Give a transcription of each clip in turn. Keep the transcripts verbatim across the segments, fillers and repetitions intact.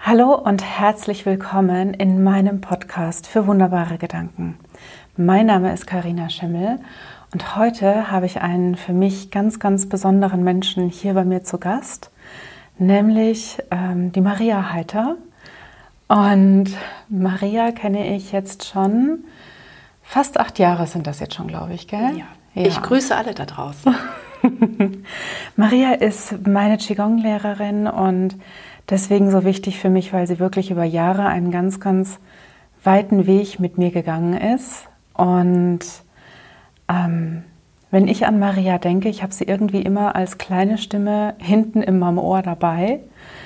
Hallo und herzlich willkommen in meinem Podcast für wunderbare Gedanken. Mein Name ist Carina Schimmel und heute habe ich einen für mich ganz, ganz besonderen Menschen hier bei mir zu Gast, nämlich ähm, die Maria Heiter. Und Maria kenne ich jetzt schon, fast acht Jahre sind das jetzt schon, glaube ich, gell? Ja. Ja. Ich grüße alle da draußen. Maria ist meine Qigong-Lehrerin und deswegen so wichtig für mich, weil sie wirklich über Jahre einen ganz, ganz weiten Weg mit mir gegangen ist. Und ähm, wenn ich an Maria denke, ich habe sie irgendwie immer als kleine Stimme hinten in meinem Ohr dabei,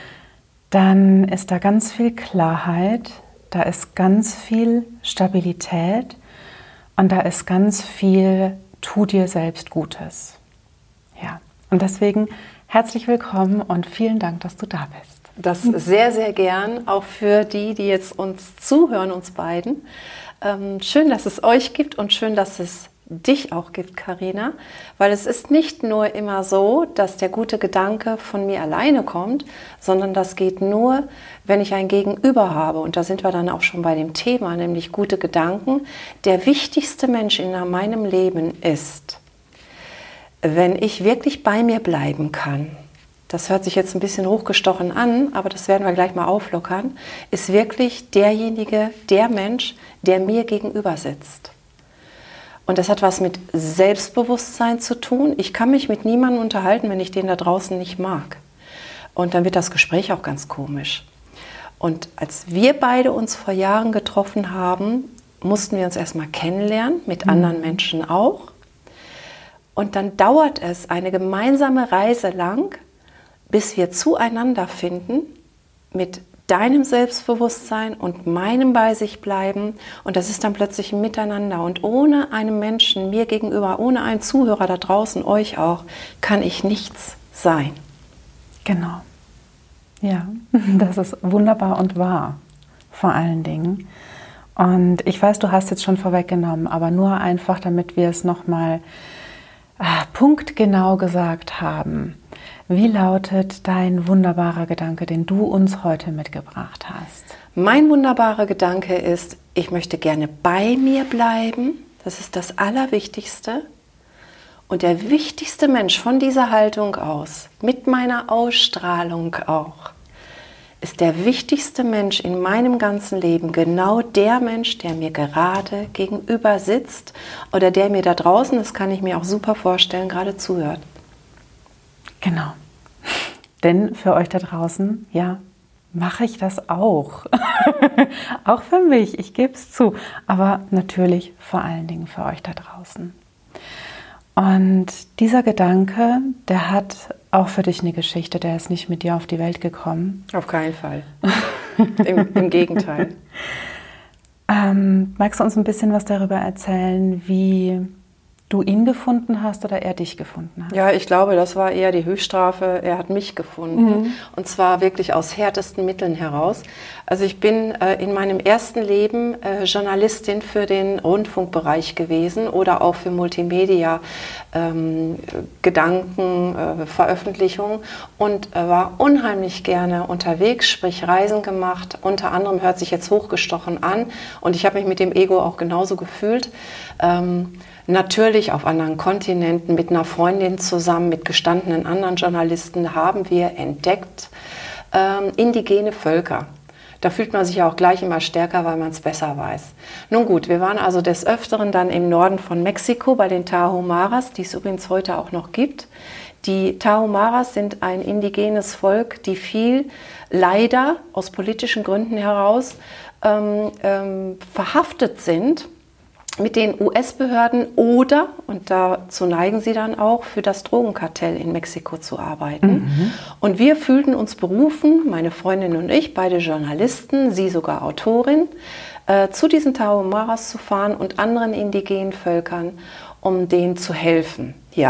dann ist da ganz viel Klarheit, da ist ganz viel Stabilität und da ist ganz viel Tu dir selbst Gutes. Ja, und deswegen herzlich willkommen und vielen Dank, dass du da bist. Das sehr, sehr gern, auch für die, die jetzt uns zuhören, uns beiden. Ähm, schön, dass es euch gibt und schön, dass es dich auch gibt, Carina, weil es ist nicht nur immer so, dass der gute Gedanke von mir alleine kommt, sondern das geht nur, wenn ich ein Gegenüber habe. Und da sind wir dann auch schon bei dem Thema, nämlich gute Gedanken. Der wichtigste Mensch in meinem Leben ist, wenn ich wirklich bei mir bleiben kann. Das hört sich jetzt ein bisschen hochgestochen an, aber das werden wir gleich mal auflockern, ist wirklich derjenige, der Mensch, der mir gegenüber sitzt. Und das hat was mit Selbstbewusstsein zu tun. Ich kann mich mit niemandem unterhalten, wenn ich den da draußen nicht mag. Und dann wird das Gespräch auch ganz komisch. Und als wir beide uns vor Jahren getroffen haben, mussten wir uns erstmal kennenlernen, mit mhm. anderen Menschen auch. Und dann dauert es eine gemeinsame Reise lang, bis wir zueinander finden mit deinem Selbstbewusstsein und meinem bei sich bleiben. Und das ist dann plötzlich ein Miteinander. Und ohne einen Menschen mir gegenüber, ohne einen Zuhörer da draußen, euch auch, kann ich nichts sein. Genau. Ja, das ist wunderbar und wahr, vor allen Dingen. Und ich weiß, du hast jetzt schon vorweggenommen, aber nur einfach, damit wir es nochmal ah, punktgenau gesagt haben. Wie lautet dein wunderbarer Gedanke, den du uns heute mitgebracht hast? Mein wunderbarer Gedanke ist, ich möchte gerne bei mir bleiben. Das ist das Allerwichtigste. Und der wichtigste Mensch von dieser Haltung aus, mit meiner Ausstrahlung auch, ist der wichtigste Mensch in meinem ganzen Leben genau der Mensch, der mir gerade gegenüber sitzt oder der mir da draußen, das kann ich mir auch super vorstellen, gerade zuhört. Genau. Denn für euch da draußen, ja, mache ich das auch. Auch für mich, ich gebe es zu. Aber natürlich vor allen Dingen für euch da draußen. Und dieser Gedanke, der hat auch für dich eine Geschichte, der ist nicht mit dir auf die Welt gekommen. Auf keinen Fall. Im, im Gegenteil. Ähm, magst du uns ein bisschen was darüber erzählen, wie du ihn gefunden hast oder er dich gefunden hat? Ja, ich glaube, das war eher die Höchststrafe. Er hat mich gefunden. Mhm. Und zwar wirklich aus härtesten Mitteln heraus. Also ich bin äh, in meinem ersten Leben äh, Journalistin für den Rundfunkbereich gewesen oder auch für Multimedia, ähm, Gedanken, äh, Veröffentlichung und äh, war unheimlich gerne unterwegs, sprich Reisen gemacht. Unter anderem hört sich jetzt hochgestochen an und ich habe mich mit dem Ego auch genauso gefühlt. Ähm, Natürlich auf anderen Kontinenten mit einer Freundin zusammen, mit gestandenen anderen Journalisten haben wir entdeckt ähm, indigene Völker. Da fühlt man sich ja auch gleich immer stärker, weil man es besser weiß. Nun gut, wir waren also des Öfteren dann im Norden von Mexiko bei den Tarahumaras, die es übrigens heute auch noch gibt. Die Tarahumaras sind ein indigenes Volk, die viel leider aus politischen Gründen heraus ähm, ähm, verhaftet sind mit den U S-Behörden oder, und dazu neigen sie dann auch, für das Drogenkartell in Mexiko zu arbeiten. Mhm. Und wir fühlten uns berufen, meine Freundin und ich, beide Journalisten, sie sogar Autorin, äh, zu diesen Tarahumaras zu fahren und anderen indigenen Völkern, um denen zu helfen. Ja,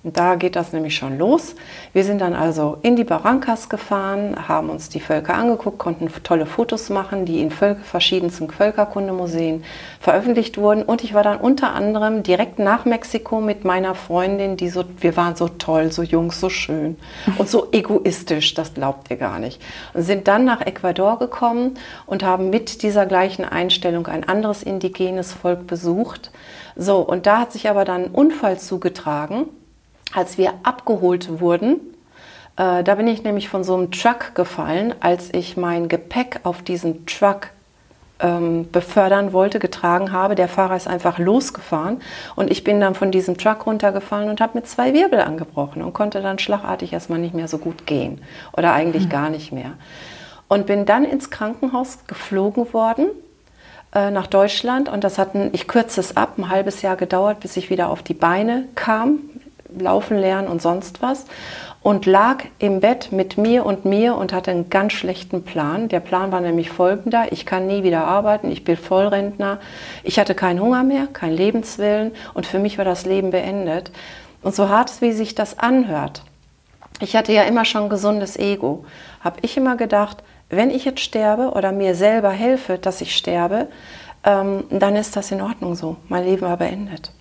Und da geht das nämlich schon los. Wir sind dann also in die Barrancas gefahren, haben uns die Völker angeguckt, konnten tolle Fotos machen, die in Völker, verschiedensten Völkerkundemuseen veröffentlicht wurden. Und ich war dann unter anderem direkt nach Mexiko mit meiner Freundin, die so, wir waren so toll, so jung, so schön und so egoistisch, das glaubt ihr gar nicht. Und sind dann nach Ecuador gekommen und haben mit dieser gleichen Einstellung ein anderes indigenes Volk besucht. So, und da hat sich aber dann ein Unfall zugetragen, als wir abgeholt wurden. Äh, da bin ich nämlich von so einem Truck gefallen, als ich mein Gepäck auf diesen Truck ähm, befördern wollte, getragen habe. Der Fahrer ist einfach losgefahren und ich bin dann von diesem Truck runtergefallen und habe mir zwei Wirbel angebrochen und konnte dann schlagartig erstmal nicht mehr so gut gehen oder eigentlich mhm. gar nicht mehr. Und bin dann ins Krankenhaus geflogen worden, äh, nach Deutschland, und das hat, ein, ich kürze es ab, ein halbes Jahr gedauert, bis ich wieder auf die Beine kam, laufen lernen und sonst was, und lag im Bett mit mir und mir und hatte einen ganz schlechten Plan. Der Plan war nämlich folgender: Ich kann nie wieder arbeiten, ich bin Vollrentner, ich hatte keinen Hunger mehr, keinen Lebenswillen und für mich war das Leben beendet. Und so hart, wie sich das anhört, ich hatte ja immer schon ein gesundes Ego, habe ich immer gedacht, wenn ich jetzt sterbe oder mir selber helfe, dass ich sterbe, ähm, dann ist das in Ordnung so, mein Leben war beendet.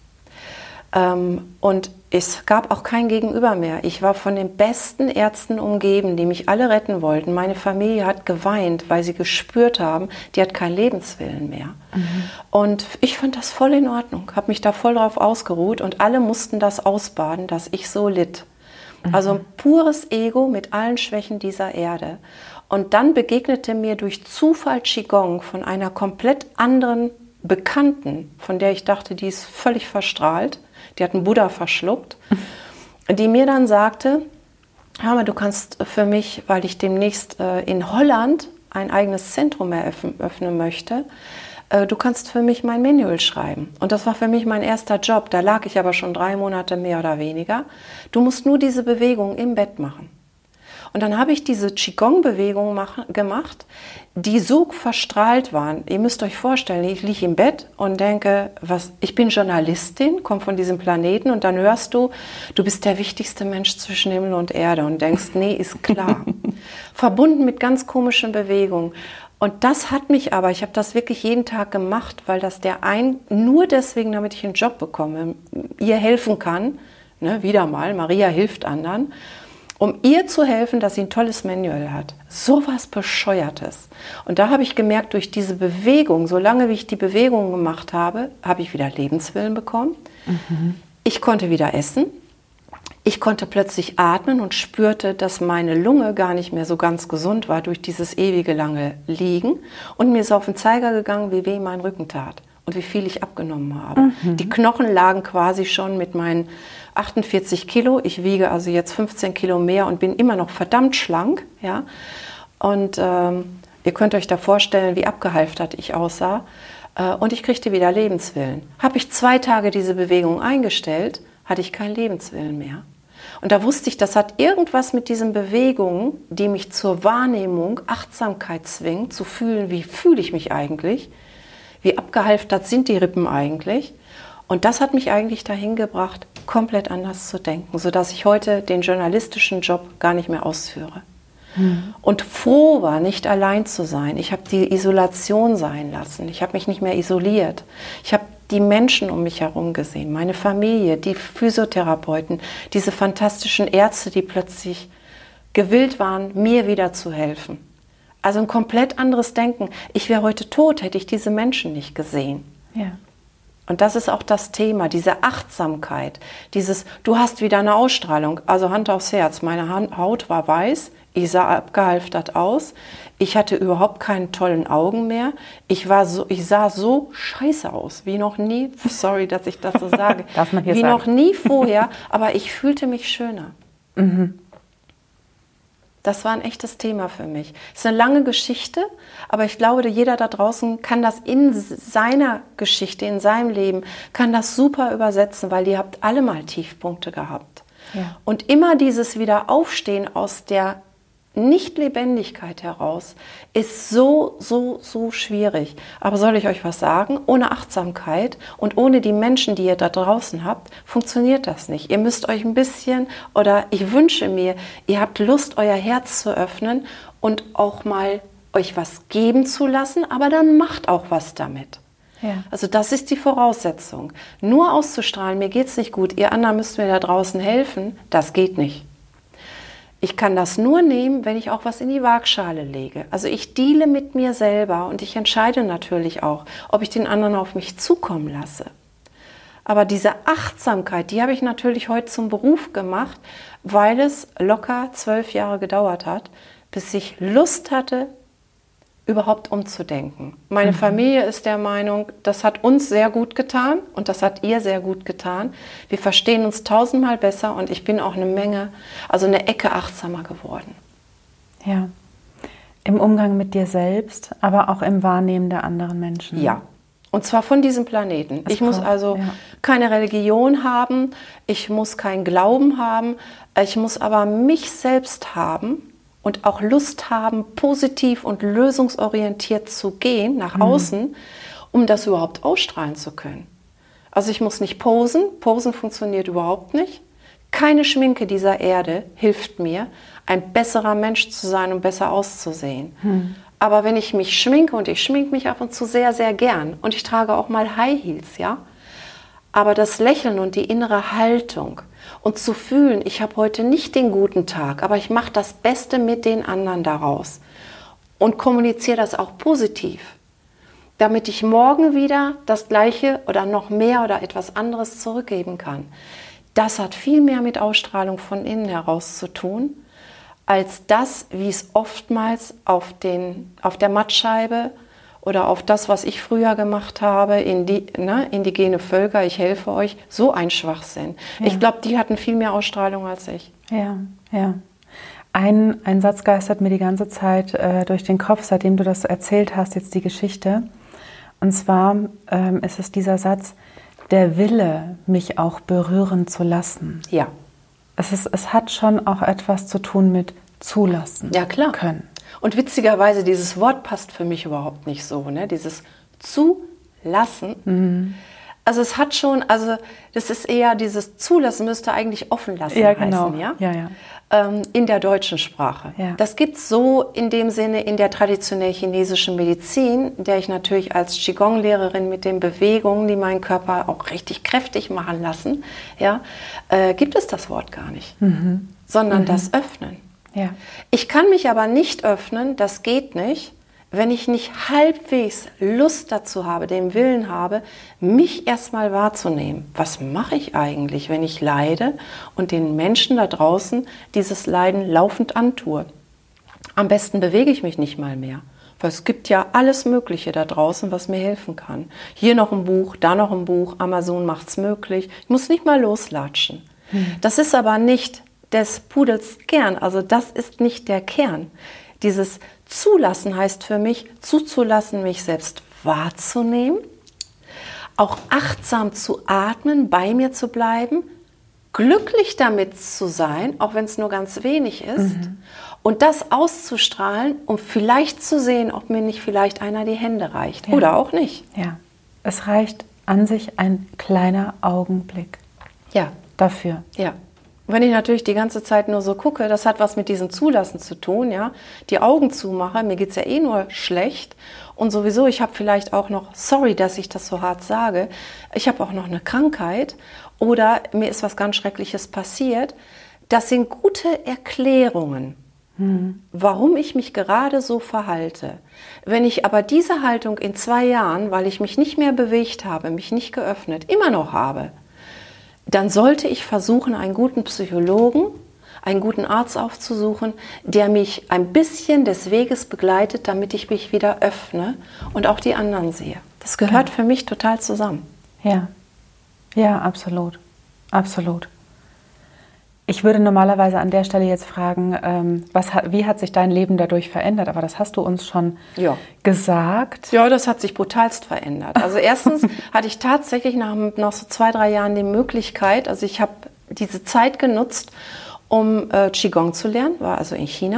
Ähm, und es gab auch kein Gegenüber mehr. Ich war von den besten Ärzten umgeben, die mich alle retten wollten. Meine Familie hat geweint, weil sie gespürt haben, die hat keinen Lebenswillen mehr. Mhm. Und ich fand das voll in Ordnung, habe mich da voll drauf ausgeruht und alle mussten das ausbaden, dass ich so litt. Mhm. Also ein pures Ego mit allen Schwächen dieser Erde. Und dann begegnete mir durch Zufall Qigong von einer komplett anderen Bekannten, von der ich dachte, die ist völlig verstrahlt. Die hat einen Buddha verschluckt, die mir dann sagte, hör mal, du kannst für mich, weil ich demnächst äh, in Holland ein eigenes Zentrum eröffnen, öffnen möchte, äh, du kannst für mich mein Manual schreiben. Und das war für mich mein erster Job, da lag ich aber schon drei Monate mehr oder weniger. Du musst nur diese Bewegung im Bett machen. Und dann habe ich diese Qigong-Bewegung gemacht, die so verstrahlt waren. Ihr müsst euch vorstellen, ich liege im Bett und denke, was, ich bin Journalistin, komme von diesem Planeten, und dann hörst du, du bist der wichtigste Mensch zwischen Himmel und Erde und denkst, nee, ist klar. Verbunden mit ganz komischen Bewegungen. Und das hat mich aber, ich habe das wirklich jeden Tag gemacht, weil das der ein, nur deswegen, damit ich einen Job bekomme, ihr helfen kann, ne, wieder mal, Maria hilft anderen, um ihr zu helfen, dass sie ein tolles Manual hat. So was Bescheuertes. Und da habe ich gemerkt, durch diese Bewegung, solange wie ich die Bewegung gemacht habe, habe ich wieder Lebenswillen bekommen. Mhm. Ich konnte wieder essen. Ich konnte plötzlich atmen und spürte, dass meine Lunge gar nicht mehr so ganz gesund war durch dieses ewige lange Liegen. Und mir ist auf den Zeiger gegangen, wie weh mein Rücken tat und wie viel ich abgenommen habe. Mhm. Die Knochen lagen quasi schon mit meinen achtundvierzig Kilo. Ich wiege also jetzt fünfzehn Kilo mehr und bin immer noch verdammt schlank. Ja? Und ähm, ihr könnt euch da vorstellen, wie abgehalftert ich aussah. Äh, und ich kriegte wieder Lebenswillen. Habe ich zwei Tage diese Bewegung eingestellt, hatte ich keinen Lebenswillen mehr. Und da wusste ich, das hat irgendwas mit diesen Bewegungen, die mich zur Wahrnehmung, Achtsamkeit zwingen, zu fühlen, wie fühle ich mich eigentlich, wie abgehalftert sind die Rippen eigentlich. Und das hat mich eigentlich dahin gebracht, komplett anders zu denken, sodass ich heute den journalistischen Job gar nicht mehr ausführe. Mhm. Und froh war, nicht allein zu sein. Ich habe die Isolation sein lassen. Ich habe mich nicht mehr isoliert. Ich habe die Menschen um mich herum gesehen, meine Familie, die Physiotherapeuten, diese fantastischen Ärzte, die plötzlich gewillt waren, mir wieder zu helfen. Also ein komplett anderes Denken. Ich wäre heute tot, hätte ich diese Menschen nicht gesehen. Ja. Und das ist auch das Thema, diese Achtsamkeit, dieses, du hast wieder eine Ausstrahlung, also Hand aufs Herz, meine Haut war weiß, ich sah abgehalftert aus, ich hatte überhaupt keine tollen Augen mehr, ich, war so, ich sah so scheiße aus, wie noch nie, sorry, dass ich das so sage, Darf man hier wie sagen. noch nie vorher, aber ich fühlte mich schöner. Mhm. Das war ein echtes Thema für mich. Es ist eine lange Geschichte, aber ich glaube, jeder da draußen kann das in seiner Geschichte, in seinem Leben, kann das super übersetzen, weil ihr habt alle mal Tiefpunkte gehabt. Ja. Und immer dieses Wiederaufstehen aus der Nicht-Lebendigkeit heraus ist so, so, so schwierig. Aber soll ich euch was sagen? Ohne Achtsamkeit und ohne die Menschen, die ihr da draußen habt, funktioniert das nicht. Ihr müsst euch ein bisschen, oder ich wünsche mir, ihr habt Lust, euer Herz zu öffnen und auch mal euch was geben zu lassen, aber dann macht auch was damit. Ja. Also das ist die Voraussetzung. Nur auszustrahlen, mir geht's nicht gut, ihr anderen müsst mir da draußen helfen, das geht nicht. Ich kann das nur nehmen, wenn ich auch was in die Waagschale lege. Also ich deale mit mir selber und ich entscheide natürlich auch, ob ich den anderen auf mich zukommen lasse. Aber diese Achtsamkeit, die habe ich natürlich heute zum Beruf gemacht, weil es locker zwölf Jahre gedauert hat, bis ich Lust hatte, überhaupt umzudenken. Meine mhm. Familie ist der Meinung, das hat uns sehr gut getan und das hat ihr sehr gut getan. Wir verstehen uns tausendmal besser und ich bin auch eine Menge, also eine Ecke achtsamer geworden. Ja, im Umgang mit dir selbst, aber auch im Wahrnehmen der anderen Menschen. Ja, und zwar von diesem Planeten. Das ich muss also ja. keine Religion haben, ich muss keinen Glauben haben, ich muss aber mich selbst haben, und auch Lust haben, positiv und lösungsorientiert zu gehen nach mhm. außen, um das überhaupt ausstrahlen zu können. Also ich muss nicht posen, posen funktioniert überhaupt nicht. Keine Schminke dieser Erde hilft mir, ein besserer Mensch zu sein und besser auszusehen. Mhm. Aber wenn ich mich schminke, und ich schminke mich ab und zu sehr, sehr gern, und ich trage auch mal High Heels, ja, aber das Lächeln und die innere Haltung und zu fühlen, ich habe heute nicht den guten Tag, aber ich mache das Beste mit den anderen daraus und kommuniziere das auch positiv, damit ich morgen wieder das Gleiche oder noch mehr oder etwas anderes zurückgeben kann. Das hat viel mehr mit Ausstrahlung von innen heraus zu tun, als das, wie es oftmals auf, den, auf der Mattscheibe oder auf das, was ich früher gemacht habe, indi, ne, indigene Völker, ich helfe euch, so ein Schwachsinn. Ja. Ich glaube, die hatten viel mehr Ausstrahlung als ich. Ja, ja. Ein, ein Satz geistert mir die ganze Zeit äh, durch den Kopf, seitdem du das erzählt hast, jetzt die Geschichte. Und zwar ähm, ist es dieser Satz, der Wille, mich auch berühren zu lassen. Ja. Es, ist, es hat schon auch etwas zu tun mit zulassen ja, klar. können. Und witzigerweise, dieses Wort passt für mich überhaupt nicht so, ne? Dieses Zulassen. Mhm. Also es hat schon, also das ist eher dieses Zulassen, müsste eigentlich offen lassen ja, heißen, genau. ja? Ja, ja. Ähm, in der deutschen Sprache. Ja. Das gibt es so in dem Sinne in der traditionell chinesischen Medizin, in der ich natürlich als Qigong-Lehrerin mit den Bewegungen, die meinen Körper auch richtig kräftig machen lassen, ja, äh, gibt es das Wort gar nicht, mhm. sondern mhm. das Öffnen. Ja. Ich kann mich aber nicht öffnen, das geht nicht, wenn ich nicht halbwegs Lust dazu habe, den Willen habe, mich erstmal wahrzunehmen. Was mache ich eigentlich, wenn ich leide und den Menschen da draußen dieses Leiden laufend antue? Am besten bewege ich mich nicht mal mehr, weil es gibt ja alles Mögliche da draußen, was mir helfen kann. Hier noch ein Buch, da noch ein Buch, Amazon macht's möglich. Ich muss nicht mal loslatschen. Hm. Das ist aber nicht des Pudels Kern, also das ist nicht der Kern. Dieses Zulassen heißt für mich, zuzulassen, mich selbst wahrzunehmen, auch achtsam zu atmen, bei mir zu bleiben, glücklich damit zu sein, auch wenn es nur ganz wenig ist, mhm. und das auszustrahlen, um vielleicht zu sehen, ob mir nicht vielleicht einer die Hände reicht ja. oder auch nicht. Ja, es reicht an sich ein kleiner Augenblick. Ja. Dafür. Ja. Wenn ich natürlich die ganze Zeit nur so gucke, das hat was mit diesem Zulassen zu tun, ja, die Augen zumache, mir geht's ja eh nur schlecht und sowieso, ich habe vielleicht auch noch, sorry, dass ich das so hart sage, ich habe auch noch eine Krankheit oder mir ist was ganz Schreckliches passiert. Das sind gute Erklärungen, hm. warum ich mich gerade so verhalte. Wenn ich aber diese Haltung in zwei Jahren, weil ich mich nicht mehr bewegt habe, mich nicht geöffnet, immer noch habe, dann sollte ich versuchen, einen guten Psychologen, einen guten Arzt aufzusuchen, der mich ein bisschen des Weges begleitet, damit ich mich wieder öffne und auch die anderen sehe. Das gehört ja. für mich total zusammen. Ja, ja, absolut, absolut. Ich würde normalerweise an der Stelle jetzt fragen, ähm, was, wie hat sich dein Leben dadurch verändert? Aber das hast du uns schon ja. gesagt. Ja, das hat sich brutalst verändert. Also erstens hatte ich tatsächlich nach, nach so zwei, drei Jahren die Möglichkeit, also ich habe diese Zeit genutzt, um äh, Qigong zu lernen, war also in China.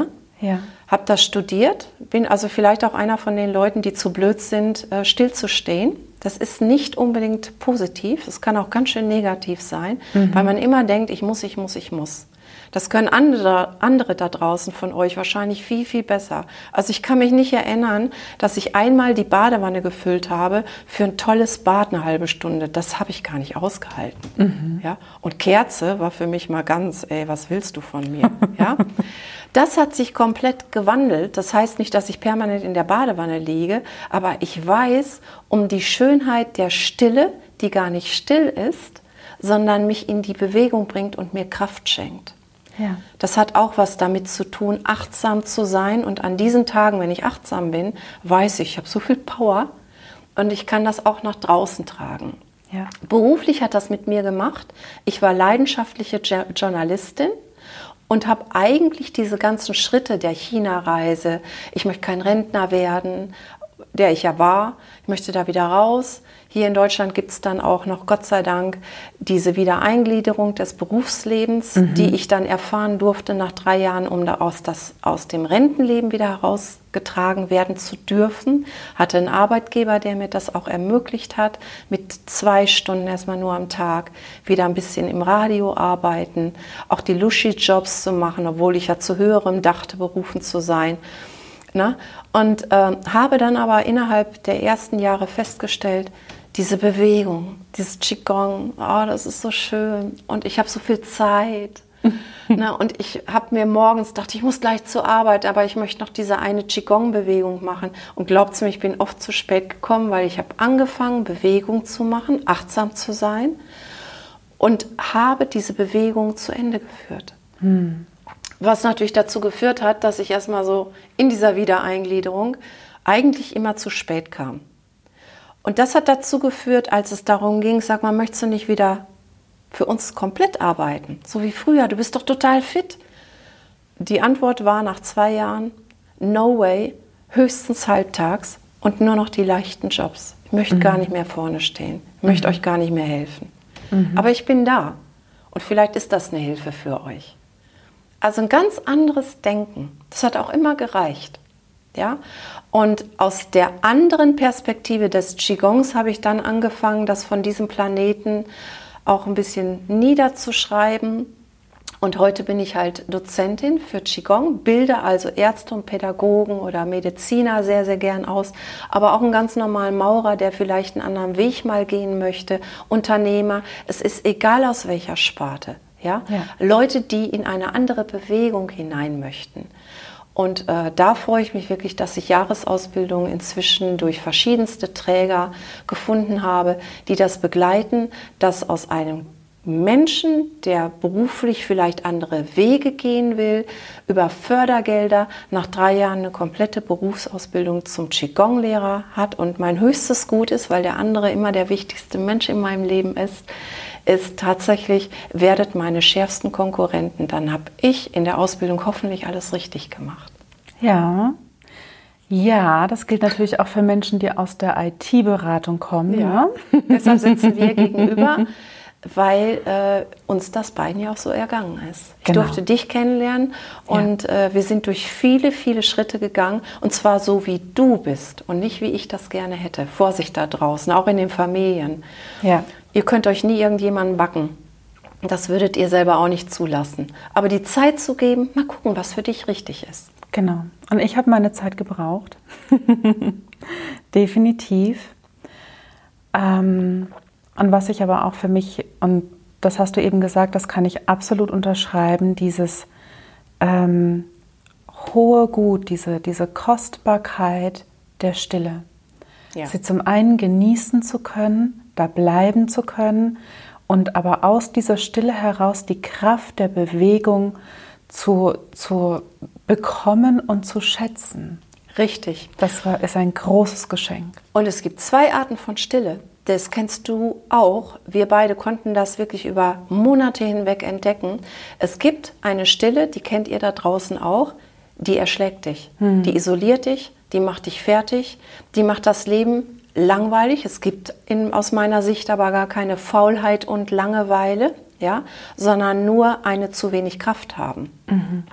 Ja. Habe das studiert, bin also vielleicht auch einer von den Leuten, die zu blöd sind, äh, stillzustehen. Das ist nicht unbedingt positiv, es kann auch ganz schön negativ sein, mhm. weil man immer denkt, ich muss, ich muss, ich muss. Das können andere, andere da draußen von euch wahrscheinlich viel, viel besser. Also ich kann mich nicht erinnern, dass ich einmal die Badewanne gefüllt habe für ein tolles Bad eine halbe Stunde. Das habe ich gar nicht ausgehalten. Mhm. Ja? Und Kerze war für mich mal ganz, ey, was willst du von mir? Ja? Das hat sich komplett gewandelt. Das heißt nicht, dass ich permanent in der Badewanne liege, aber ich weiß um die Schönheit der Stille, die gar nicht still ist, sondern mich in die Bewegung bringt und mir Kraft schenkt. Ja. Das hat auch was damit zu tun, achtsam zu sein. Und an diesen Tagen, wenn ich achtsam bin, weiß ich, ich habe so viel Power und ich kann das auch nach draußen tragen. Ja. Beruflich hat das mit mir gemacht. Ich war leidenschaftliche Journalistin und habe eigentlich diese ganzen Schritte der China-Reise, ich möchte kein Rentner werden, der ich ja war, ich möchte da wieder raus. Hier in Deutschland gibt es dann auch noch, Gott sei Dank, diese Wiedereingliederung des Berufslebens, mhm. die ich dann erfahren durfte nach drei Jahren, um da aus, das, aus dem Rentenleben wieder herausgetragen werden zu dürfen. Hatte einen Arbeitgeber, der mir das auch ermöglicht hat, mit zwei Stunden erstmal nur am Tag wieder ein bisschen im Radio arbeiten, auch die Luschi-Jobs zu machen, obwohl ich ja zu höherem dachte, berufen zu sein. Na? Und äh, habe dann aber innerhalb der ersten Jahre festgestellt, diese Bewegung, dieses Qigong, oh, das ist so schön und ich habe so viel Zeit. Na, und ich habe mir morgens gedacht, ich muss gleich zur Arbeit, aber ich möchte noch diese eine Qigong-Bewegung machen. Und glaubt mir, ich bin oft zu spät gekommen, weil ich habe angefangen, Bewegung zu machen, achtsam zu sein und habe diese Bewegung zu Ende geführt. Hm. Was natürlich dazu geführt hat, dass ich erstmal so in dieser Wiedereingliederung eigentlich immer zu spät kam. Und das hat dazu geführt, als es darum ging, sag mal, möchtest du nicht wieder für uns komplett arbeiten? So wie früher, du bist doch total fit. Die Antwort war nach zwei Jahren, no way, höchstens halbtags und nur noch die leichten Jobs. Ich möchte mhm. gar nicht mehr vorne stehen, ich möchte mhm. euch gar nicht mehr helfen. Mhm. Aber ich bin da und vielleicht ist das eine Hilfe für euch. Also ein ganz anderes Denken, das hat auch immer gereicht. Ja? Und aus der anderen Perspektive des Qigongs habe ich dann angefangen, das von diesem Planeten auch ein bisschen niederzuschreiben. Und heute bin ich halt Dozentin für Qigong, bilde also Ärzte und Pädagogen oder Mediziner sehr, sehr gern aus, aber auch einen ganz normalen Maurer, der vielleicht einen anderen Weg mal gehen möchte, Unternehmer. Es ist egal aus welcher Sparte. Ja? Ja. Leute, die in eine andere Bewegung hinein möchten. Und äh, da freue ich mich wirklich, dass ich Jahresausbildungen inzwischen durch verschiedenste Träger gefunden habe, die das begleiten, dass aus einem Menschen, der beruflich vielleicht andere Wege gehen will, über Fördergelder nach drei Jahren eine komplette Berufsausbildung zum Qigong-Lehrer hat. Und mein höchstes Gut ist, weil der andere immer der wichtigste Mensch in meinem Leben ist, ist tatsächlich, werdet meine schärfsten Konkurrenten. Dann habe ich in der Ausbildung hoffentlich alles richtig gemacht. Ja, ja, das gilt natürlich auch für Menschen, die aus der I T-Beratung kommen. Ja. Ne? Deshalb sitzen wir gegenüber, weil äh, uns das beiden ja auch so ergangen ist. Ich genau. durfte dich kennenlernen und ja. äh, wir sind durch viele, viele Schritte gegangen und zwar so, wie du bist und nicht, wie ich das gerne hätte. Vorsicht da draußen, auch in den Familien. Ja. Ihr könnt euch nie irgendjemanden backen. Das würdet ihr selber auch nicht zulassen. Aber die Zeit zu geben, mal gucken, was für dich richtig ist. Genau. Und ich habe meine Zeit gebraucht. Definitiv. Ähm, und was ich aber auch für mich, und das hast du eben gesagt, das kann ich absolut unterschreiben, dieses ähm, hohe Gut, diese, diese Kostbarkeit der Stille. Ja. Sie zum einen genießen zu können, da bleiben zu können und aber aus dieser Stille heraus die Kraft der Bewegung zu, zu bekommen und zu schätzen. Richtig. Das war, ist ein großes Geschenk. Und es gibt zwei Arten von Stille. Das kennst du auch. Wir beide konnten das wirklich über Monate hinweg entdecken. Es gibt eine Stille, die kennt ihr da draußen auch, die erschlägt dich. Hm. Die isoliert dich, die macht dich fertig, die macht das Leben langweilig. Es gibt in, aus meiner Sicht aber gar keine Faulheit und Langeweile, ja, sondern nur eine zu wenig Kraft haben. Mhm.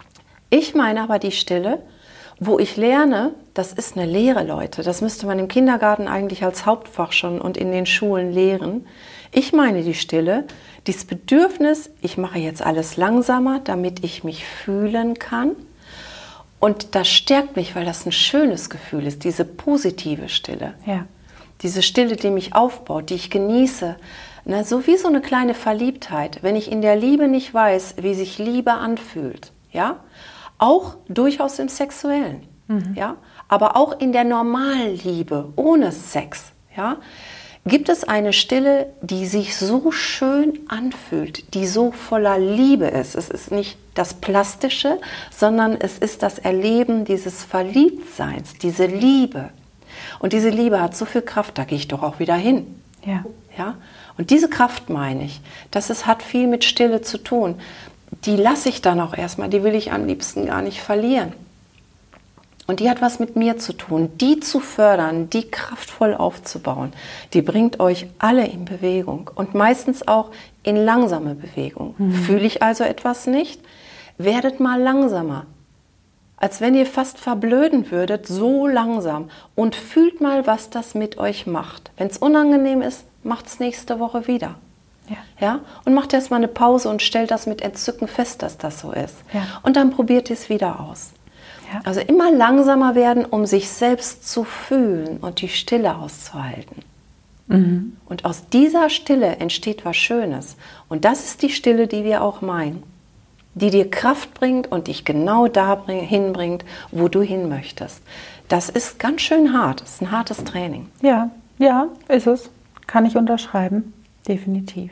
Ich meine aber die Stille, wo ich lerne, das ist eine Lehre, Leute. Das müsste man im Kindergarten eigentlich als Hauptfach schon und in den Schulen lehren. Ich meine die Stille, dieses Bedürfnis, ich mache jetzt alles langsamer, damit ich mich fühlen kann. Und das stärkt mich, weil das ein schönes Gefühl ist, diese positive Stille. Ja. Diese Stille, die mich aufbaut, die ich genieße. Na, so wie so eine kleine Verliebtheit. Wenn ich in der Liebe nicht weiß, wie sich Liebe anfühlt, ja, auch durchaus im Sexuellen, mhm. ja, aber auch in der normalen Liebe, ohne Sex, ja, gibt es eine Stille, die sich so schön anfühlt, die so voller Liebe ist. Es ist nicht das Plastische, sondern es ist das Erleben dieses Verliebtseins, diese Liebe. Und diese Liebe hat so viel Kraft, da gehe ich doch auch wieder hin. Ja. Ja? Und diese Kraft meine ich, dass es hat viel mit Stille zu tun. Die lasse ich dann auch erstmal, die will ich am liebsten gar nicht verlieren. Und die hat was mit mir zu tun, die zu fördern, die kraftvoll aufzubauen. Die bringt euch alle in Bewegung und meistens auch in langsame Bewegung. Mhm. Fühle ich also etwas nicht? Werdet mal langsamer. Als wenn ihr fast verblöden würdet, so langsam. Und fühlt mal, was das mit euch macht. Wenn es unangenehm ist, macht es nächste Woche wieder. Ja. Ja? Und macht erst mal eine Pause und stellt das mit Entzücken fest, dass das so ist. Ja. Und dann probiert ihr es wieder aus. Ja. Also immer langsamer werden, um sich selbst zu fühlen und die Stille auszuhalten. Mhm. Und aus dieser Stille entsteht was Schönes. Und das ist die Stille, die wir auch meinen. Die dir Kraft bringt und dich genau da bring, hinbringt, wo du hin möchtest. Das ist ganz schön hart. Das ist ein hartes Training. Ja, ja, ist es. Kann ich unterschreiben. Definitiv.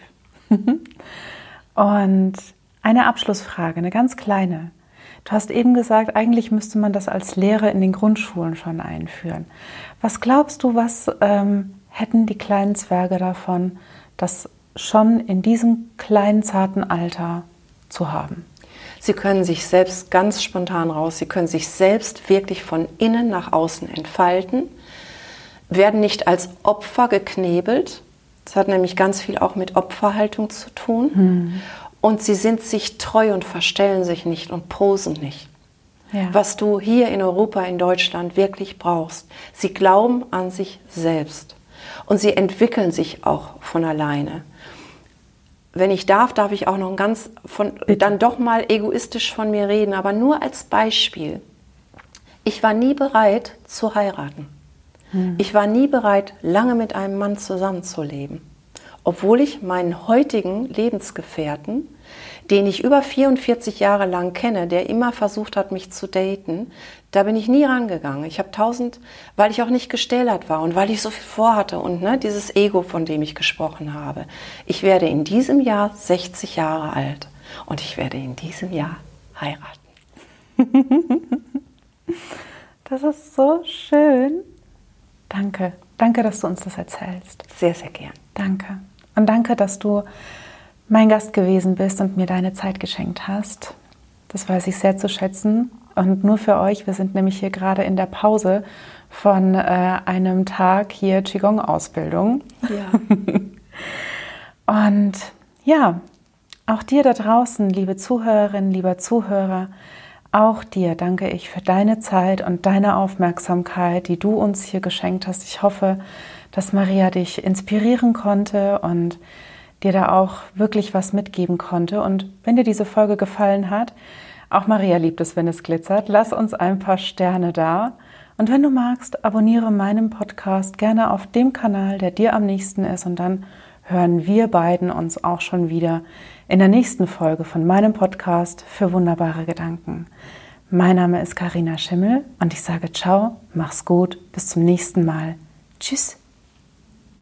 Und eine Abschlussfrage, eine ganz kleine. Du hast eben gesagt, eigentlich müsste man das als Lehre in den Grundschulen schon einführen. Was glaubst du, was ähm, hätten die kleinen Zwerge davon, das schon in diesem kleinen, zarten Alter zu haben? Sie können sich selbst ganz spontan raus, sie können sich selbst wirklich von innen nach außen entfalten, werden nicht als Opfer geknebelt. Das hat nämlich ganz viel auch mit Opferhaltung zu tun. Hm. Und sie sind sich treu und verstellen sich nicht und posen nicht. Ja. Was du hier in Europa, in Deutschland wirklich brauchst. Sie glauben an sich selbst. Und sie entwickeln sich auch von alleine. Wenn ich darf, darf ich auch noch ganz von, dann doch mal egoistisch von mir reden, aber nur als Beispiel. Ich war nie bereit zu heiraten. Hm. Ich war nie bereit, lange mit einem Mann zusammenzuleben. Obwohl ich meinen heutigen Lebensgefährten, den ich über vierundvierzig Jahre lang kenne, der immer versucht hat, mich zu daten, da bin ich nie rangegangen. Ich habe tausend, weil ich auch nicht gestählert war und weil ich so viel vorhatte und ne, dieses Ego, von dem ich gesprochen habe. Ich werde in diesem Jahr sechzig Jahre alt und ich werde in diesem Jahr heiraten. Das ist so schön. Danke. Danke, dass du uns das erzählst. Sehr, sehr gern. Danke. Und danke, dass du mein Gast gewesen bist und mir deine Zeit geschenkt hast. Das weiß ich sehr zu schätzen. Und nur für euch, wir sind nämlich hier gerade in der Pause von äh, einem Tag hier Qigong-Ausbildung. Ja. Und ja, auch dir da draußen, liebe Zuhörerinnen, lieber Zuhörer, auch dir danke ich für deine Zeit und deine Aufmerksamkeit, die du uns hier geschenkt hast. Ich hoffe, dass Maria dich inspirieren konnte und dir da auch wirklich was mitgeben konnte. Und wenn dir diese Folge gefallen hat, auch Maria liebt es, wenn es glitzert, lass uns ein paar Sterne da. Und wenn du magst, abonniere meinen Podcast gerne auf dem Kanal, der dir am nächsten ist. Und dann hören wir beiden uns auch schon wieder in der nächsten Folge von meinem Podcast für wunderbare Gedanken. Mein Name ist Carina Schimmel und ich sage ciao, mach's gut, bis zum nächsten Mal. Tschüss.